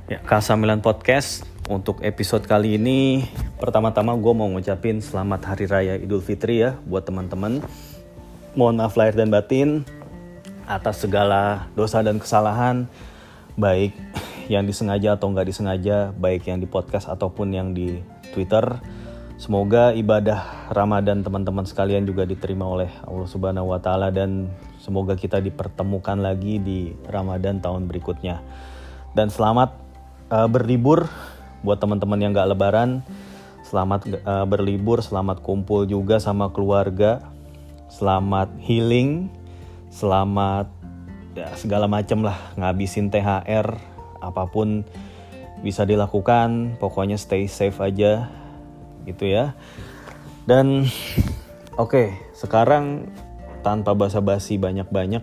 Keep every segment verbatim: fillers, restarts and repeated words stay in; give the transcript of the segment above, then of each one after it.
Ya, Kasamilan Podcast untuk episode kali ini, pertama-tama gue mau ngucapin selamat Hari Raya Idul Fitri ya buat teman-teman. Mohon maaf lahir dan batin atas segala dosa dan kesalahan, baik yang disengaja atau nggak disengaja, baik yang di podcast ataupun yang di Twitter. Semoga ibadah Ramadan teman-teman sekalian juga diterima oleh Allah Subhanahu wa Ta'ala, dan semoga kita dipertemukan lagi di Ramadan tahun berikutnya. Dan selamat Uh, berlibur buat teman-teman yang gak lebaran. Selamat uh, berlibur, selamat kumpul juga sama keluarga, selamat healing, selamat ya, segala macam lah, ngabisin T H R, apapun bisa dilakukan, pokoknya stay safe aja gitu ya. Dan oke, okay, sekarang tanpa basa-basi banyak-banyak,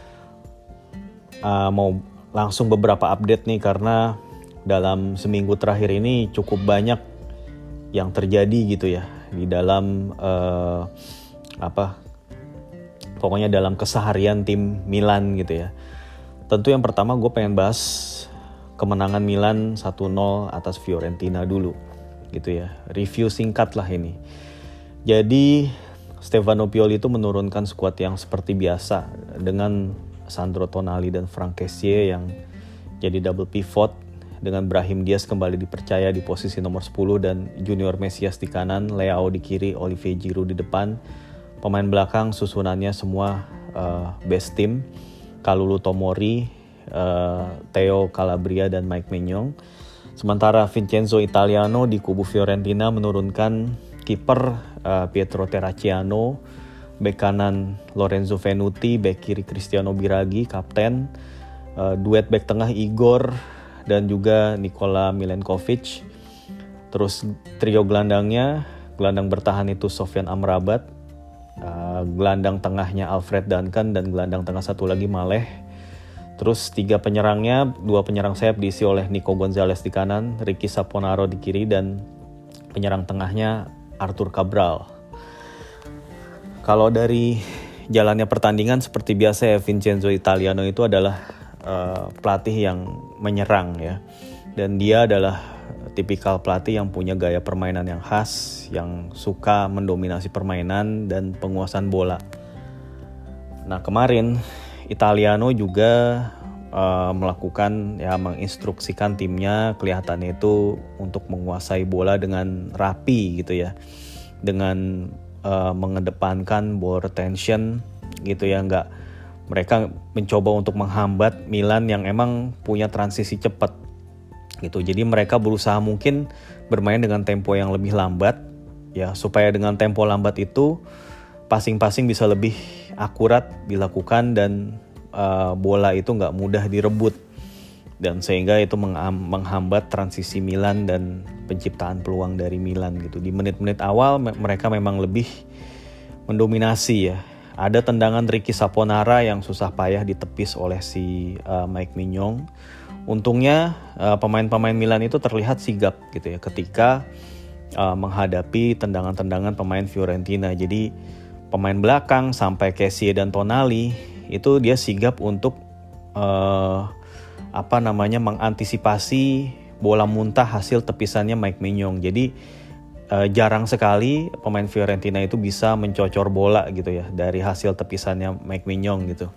uh, mau langsung beberapa update nih, karena dalam seminggu terakhir ini cukup banyak yang terjadi gitu ya di dalam uh, apa pokoknya dalam keseharian tim Milan gitu ya. Tentu yang pertama gue pengen bahas kemenangan Milan satu nol atas Fiorentina dulu gitu ya. Review singkat lah ini. Jadi Stefano Pioli itu menurunkan skuad yang seperti biasa dengan Sandro Tonali dan Franck Kessié yang jadi double pivot, dengan Brahim Diaz kembali dipercaya di posisi nomor sepuluh dan Junior Mesias di kanan, Leao di kiri, Olivier Giroud di depan. Pemain belakang susunannya semua uh, best team, Kalulu Tomori, uh, Theo Calabria dan Mike Maignan. Sementara Vincenzo Italiano di kubu Fiorentina menurunkan kiper uh, Pietro Terracciano, bek kanan Lorenzo Venuti, bek kiri Cristiano Biraghi, kapten, uh, duet bek tengah Igor dan juga Nikola Milenkovic. Terus trio gelandangnya, gelandang bertahan itu Sofyan Amrabat, uh, gelandang tengahnya Alfred Duncan, dan gelandang tengah satu lagi Maleh. Terus tiga penyerangnya, dua penyerang sayap diisi oleh Nico Gonzalez di kanan, Ricky Saponaro di kiri, dan penyerang tengahnya Arthur Cabral. Kalau dari jalannya pertandingan seperti biasa ya, Vincenzo Italiano itu adalah Uh, pelatih yang menyerang ya, dan dia adalah tipikal pelatih yang punya gaya permainan yang khas, yang suka mendominasi permainan dan penguasaan bola. Nah kemarin Italiano juga uh, melakukan ya menginstruksikan timnya, kelihatannya itu untuk menguasai bola dengan rapi gitu ya, dengan uh, mengedepankan ball retention gitu ya, nggak mereka mencoba untuk menghambat Milan yang emang punya transisi cepat gitu. Jadi mereka berusaha mungkin bermain dengan tempo yang lebih lambat ya, supaya dengan tempo lambat itu passing-passing bisa lebih akurat dilakukan dan uh, bola itu nggak mudah direbut, dan sehingga itu menghambat transisi Milan dan penciptaan peluang dari Milan gitu. Di menit-menit awal mereka memang lebih mendominasi ya. Ada tendangan Ricky Saponara yang susah payah ditepis oleh si uh, Mike Maignan. Untungnya uh, pemain-pemain Milan itu terlihat sigap gitu ya ketika uh, menghadapi tendangan-tendangan pemain Fiorentina. Jadi pemain belakang sampai Kessié dan Tonali itu dia sigap untuk uh, apa namanya mengantisipasi bola muntah hasil tepisannya Mike Maignan. Jadi Uh, jarang sekali pemain Fiorentina itu bisa mencocor bola gitu ya dari hasil tepisannya Mike Maignan gitu.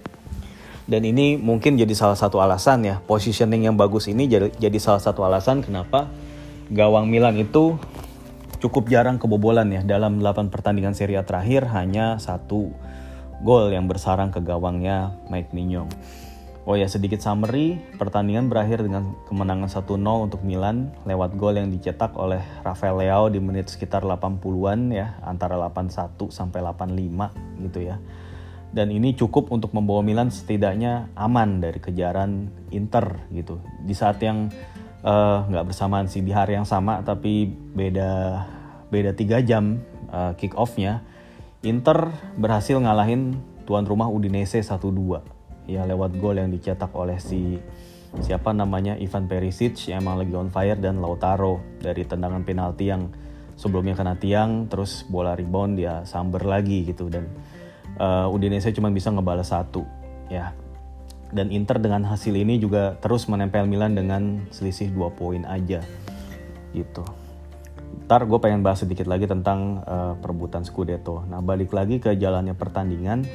Dan ini mungkin jadi salah satu alasan ya, positioning yang bagus ini jadi, jadi salah satu alasan kenapa gawang Milan itu cukup jarang kebobolan ya. Dalam delapan pertandingan Serie A terakhir hanya satu gol yang bersarang ke gawangnya Mike Maignan. Oh ya, sedikit summary, pertandingan berakhir dengan kemenangan satu nol untuk Milan lewat gol yang dicetak oleh Rafael Leao di menit sekitar delapan puluhan ya, antara delapan puluh satu sampai delapan puluh lima gitu ya. Dan ini cukup untuk membawa Milan setidaknya aman dari kejaran Inter gitu. Di saat yang uh, gak bersamaan sih, di hari yang sama tapi beda beda tiga jam uh, kick off-nya, Inter berhasil ngalahin tuan rumah Udinese satu dua. Ya lewat gol yang dicetak oleh si siapa namanya Ivan Perisic yang emang lagi on fire, dan Lautaro dari tendangan penalti yang sebelumnya kena tiang, terus bola rebound dia samber lagi gitu, dan uh, Udinese cuma bisa ngebalas satu ya. Dan Inter dengan hasil ini juga terus menempel Milan dengan selisih dua poin aja gitu. Ntar gue pengen bahas sedikit lagi tentang uh, perebutan Scudetto. Nah balik lagi ke jalannya pertandingan,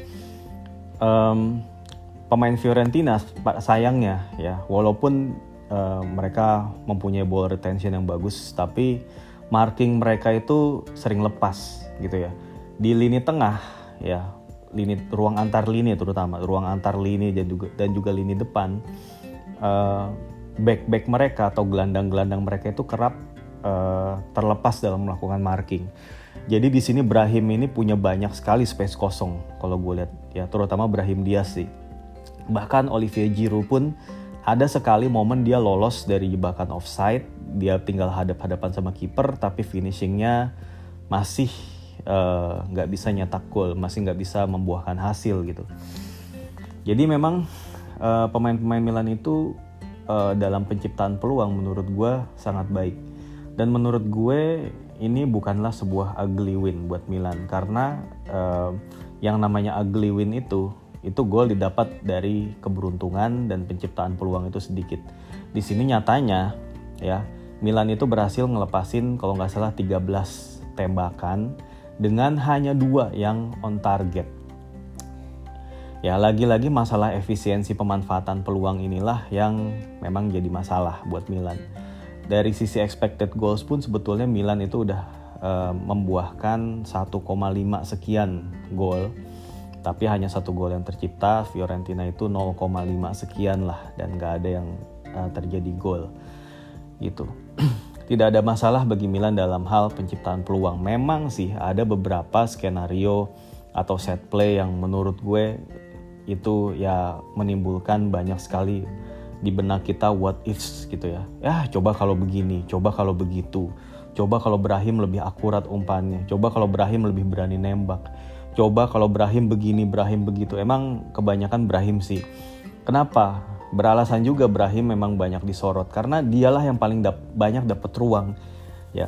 um, pemain Fiorentina sayangnya ya, walaupun uh, mereka mempunyai ball retention yang bagus, tapi marking mereka itu sering lepas gitu ya. Di lini tengah ya, lini ruang antar lini terutama ruang antar lini dan juga dan juga lini depan, uh, back-back mereka atau gelandang-gelandang mereka itu kerap Uh, terlepas dalam melakukan marking. Jadi di sini Brahim ini punya banyak sekali space kosong kalau gue lihat ya, terutama Brahim Diaz sih. Bahkan Olivier Giroud pun ada sekali momen dia lolos dari jebakan offside, dia tinggal hadap-hadapan sama kiper tapi finishingnya masih nggak uh, bisa nyetak gol, masih nggak bisa membuahkan hasil gitu. Jadi memang uh, pemain-pemain Milan itu uh, dalam penciptaan peluang menurut gue sangat baik. Dan menurut gue ini bukanlah sebuah ugly win buat Milan, karena uh, yang namanya ugly win itu itu gol didapat dari keberuntungan dan penciptaan peluang itu sedikit. Di sini nyatanya ya, Milan itu berhasil ngelepasin kalau nggak salah tiga belas tembakan dengan hanya dua yang on target. Ya lagi-lagi masalah efisiensi pemanfaatan peluang inilah yang memang jadi masalah buat Milan. Dari sisi expected goals pun sebetulnya Milan itu udah uh, membuahkan satu koma lima sekian gol, tapi hanya satu gol yang tercipta. Fiorentina itu nol koma lima sekian lah, dan gak ada yang uh, terjadi gol gitu. Tidak ada masalah bagi Milan dalam hal penciptaan peluang. Memang sih ada beberapa skenario atau set play yang menurut gue itu ya menimbulkan banyak sekali di benak kita what ifs gitu ya. Ya coba kalau begini, coba kalau begitu, coba kalau Brahim lebih akurat umpannya, coba kalau Brahim lebih berani nembak, coba kalau Brahim begini, Brahim begitu. Emang kebanyakan Brahim sih. Kenapa? Beralasan juga Brahim memang banyak disorot karena dialah yang paling dap- banyak dapat ruang ya.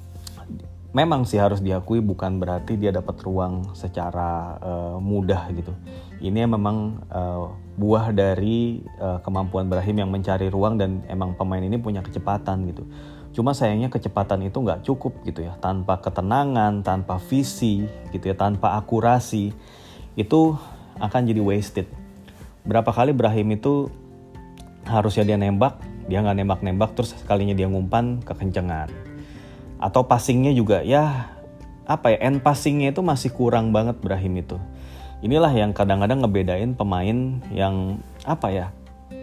Memang sih harus diakui bukan berarti dia dapat ruang secara uh, mudah gitu. Ini memang uh, buah dari uh, kemampuan Brahim yang mencari ruang, dan emang pemain ini punya kecepatan gitu. Cuma sayangnya kecepatan itu nggak cukup gitu ya. Tanpa ketenangan, tanpa visi gitu ya, tanpa akurasi, itu akan jadi wasted. Berapa kali Brahim itu harusnya dia nembak, dia nggak nembak-nembak, terus sekalinya dia ngumpan kekencengan. Atau passingnya juga ya apa ya, end passingnya itu masih kurang banget Brahim itu. Inilah yang kadang-kadang ngebedain pemain yang apa ya,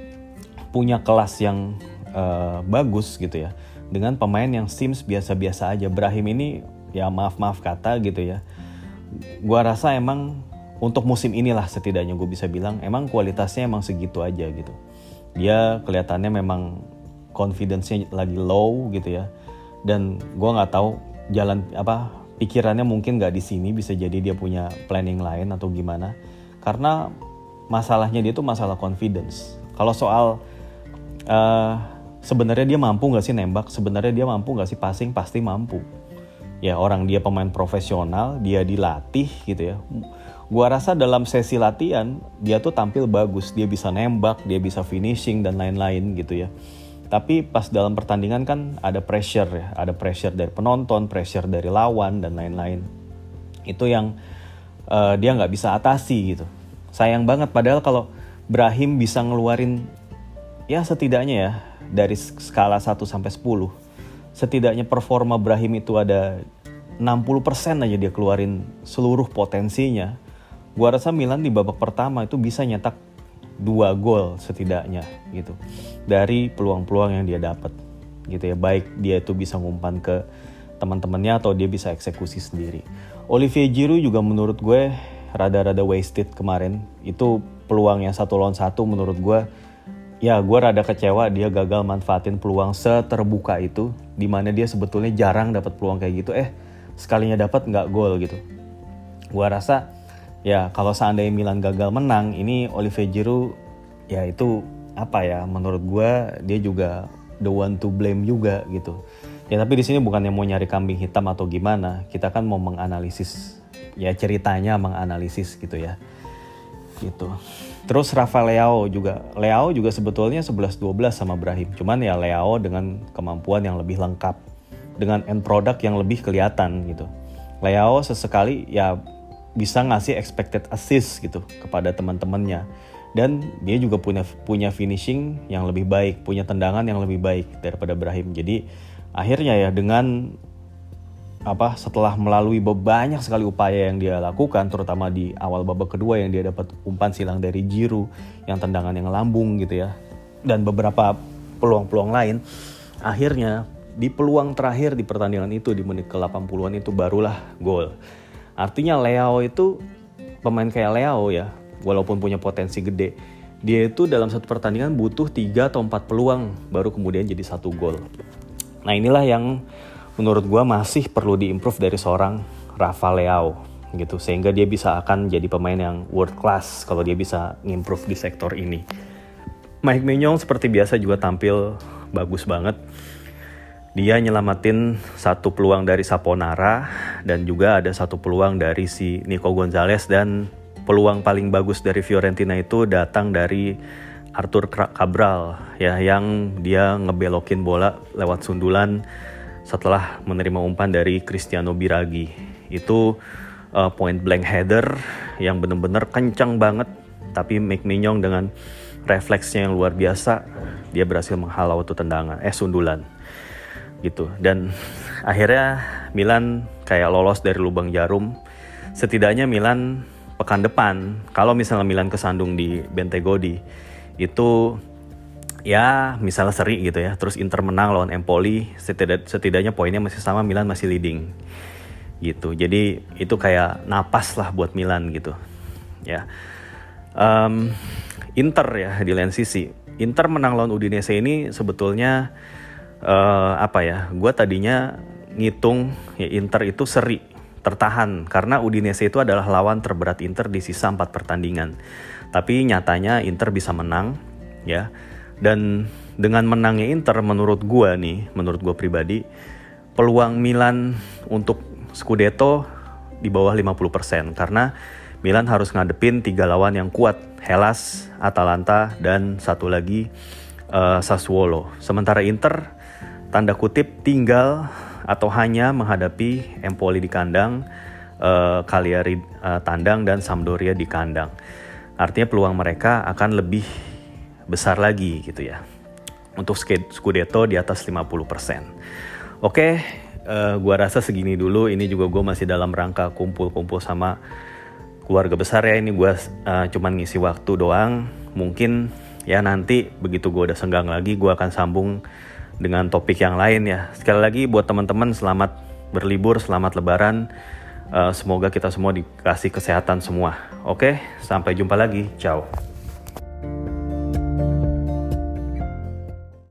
punya kelas yang uh, bagus gitu ya, dengan pemain yang seems biasa-biasa aja. Brahim ini ya maaf-maaf kata gitu ya, gua rasa emang untuk musim inilah setidaknya gue bisa bilang emang kualitasnya emang segitu aja gitu. Dia kelihatannya memang confidence-nya lagi low gitu ya. Dan gue nggak tahu jalan apa pikirannya, mungkin nggak di sini, bisa jadi dia punya planning lain atau gimana. Karena masalahnya dia tuh masalah confidence. Kalau soal uh, sebenarnya dia mampu nggak sih nembak, sebenarnya dia mampu nggak sih passing, pasti mampu. Ya orang dia pemain profesional, dia dilatih gitu ya. Gue rasa dalam sesi latihan dia tuh tampil bagus, dia bisa nembak, dia bisa finishing dan lain-lain gitu ya. Tapi pas dalam pertandingan kan ada pressure ya, ada pressure dari penonton, pressure dari lawan dan lain-lain. Itu yang uh, dia nggak bisa atasi gitu. Sayang banget, padahal kalau Brahim bisa ngeluarin ya setidaknya ya dari skala satu sampai sepuluh, setidaknya performa Brahim itu ada enam puluh persen aja dia keluarin seluruh potensinya. Gua rasa Milan di babak pertama itu bisa nyetak dua gol setidaknya gitu dari peluang-peluang yang dia dapat gitu ya, baik dia itu bisa ngumpan ke teman-temannya atau dia bisa eksekusi sendiri. Olivier Giroud juga menurut gue rada-rada wasted kemarin. Itu peluang yang satu lawan satu menurut gue ya, gue rada kecewa dia gagal manfaatin peluang seterbuka itu, dimana dia sebetulnya jarang dapat peluang kayak gitu, eh sekalinya dapat nggak gol gitu. Gue rasa ya kalau seandainya Milan gagal menang, ini Olivier Giroud ya itu apa ya, menurut gue dia juga the one to blame juga gitu. Ya tapi di sini bukannya mau nyari kambing hitam atau gimana, kita kan mau menganalisis ya ceritanya, menganalisis gitu ya. Gitu. Terus Rafa Leao juga. Leao juga sebetulnya sebelas dua belas sama Brahim. Cuman ya Leao dengan kemampuan yang lebih lengkap. Dengan end product yang lebih kelihatan gitu. Leao sesekali ya bisa ngasih expected assist gitu kepada teman-temannya. Dan dia juga punya punya finishing yang lebih baik. Punya tendangan yang lebih baik daripada Brahim. Jadi akhirnya ya dengan apa setelah melalui banyak sekali upaya yang dia lakukan, terutama di awal babak kedua yang dia dapat umpan silang dari Giroud yang tendangan yang lambung gitu ya, dan beberapa peluang-peluang lain, akhirnya di peluang terakhir di pertandingan itu di menit ke delapan puluhan itu barulah gol. Artinya Leao itu, pemain kayak Leao ya, walaupun punya potensi gede, dia itu dalam satu pertandingan butuh tiga atau empat peluang baru kemudian jadi satu gol. Nah inilah yang menurut gue masih perlu diimprove dari seorang Rafa Leao gitu, sehingga dia bisa akan jadi pemain yang world class kalau dia bisa ngimprove di sektor ini. Mike Maignan seperti biasa juga tampil bagus banget. Dia nyelamatin satu peluang dari Saponara dan juga ada satu peluang dari si Nico Gonzalez, dan peluang paling bagus dari Fiorentina itu datang dari Arthur Cabral ya, yang dia ngebelokin bola lewat sundulan setelah menerima umpan dari Cristiano Biraghi. Itu uh, point blank header yang benar-benar kencang banget, tapi Mike Maignan dengan refleksnya yang luar biasa, dia berhasil menghalau itu tendangan, eh sundulan gitu. Dan akhirnya Milan kayak lolos dari lubang jarum. Setidaknya Milan pekan depan, kalau misalnya Milan kesandung di Bentegodi, itu ya misalnya seri gitu ya, terus Inter menang lawan Empoli, setidak, setidaknya poinnya masih sama, Milan masih leading gitu. Jadi itu kayak napas lah buat Milan gitu ya. um, Inter ya di lain sisi, Inter menang lawan Udinese ini sebetulnya uh, apa ya, gue tadinya ngitung ya Inter itu seri tertahan karena Udinese itu adalah lawan terberat Inter di sisa empat pertandingan, tapi nyatanya Inter bisa menang ya. Dan dengan menangnya Inter, menurut gue nih, menurut gue pribadi, peluang Milan untuk Scudetto di bawah lima puluh persen. Karena Milan harus ngadepin tiga lawan yang kuat, Hellas, Atalanta, dan satu lagi uh, Sassuolo. Sementara Inter, tanda kutip, tinggal atau hanya menghadapi Empoli di kandang, uh, Cagliari uh, tandang, dan Sampdoria di kandang. Artinya peluang mereka akan lebih besar lagi gitu ya untuk Scudetto di atas lima puluh persen. Oke, uh, gua rasa segini dulu. Ini juga gue masih dalam rangka kumpul-kumpul sama keluarga besar ya. Ini gue uh, cuman ngisi waktu doang. Mungkin ya nanti begitu gue udah senggang lagi, gue akan sambung dengan topik yang lain ya. Sekali lagi buat teman-teman, selamat berlibur, selamat lebaran. Uh, semoga kita semua dikasih kesehatan semua. Oke, sampai jumpa lagi. Ciao.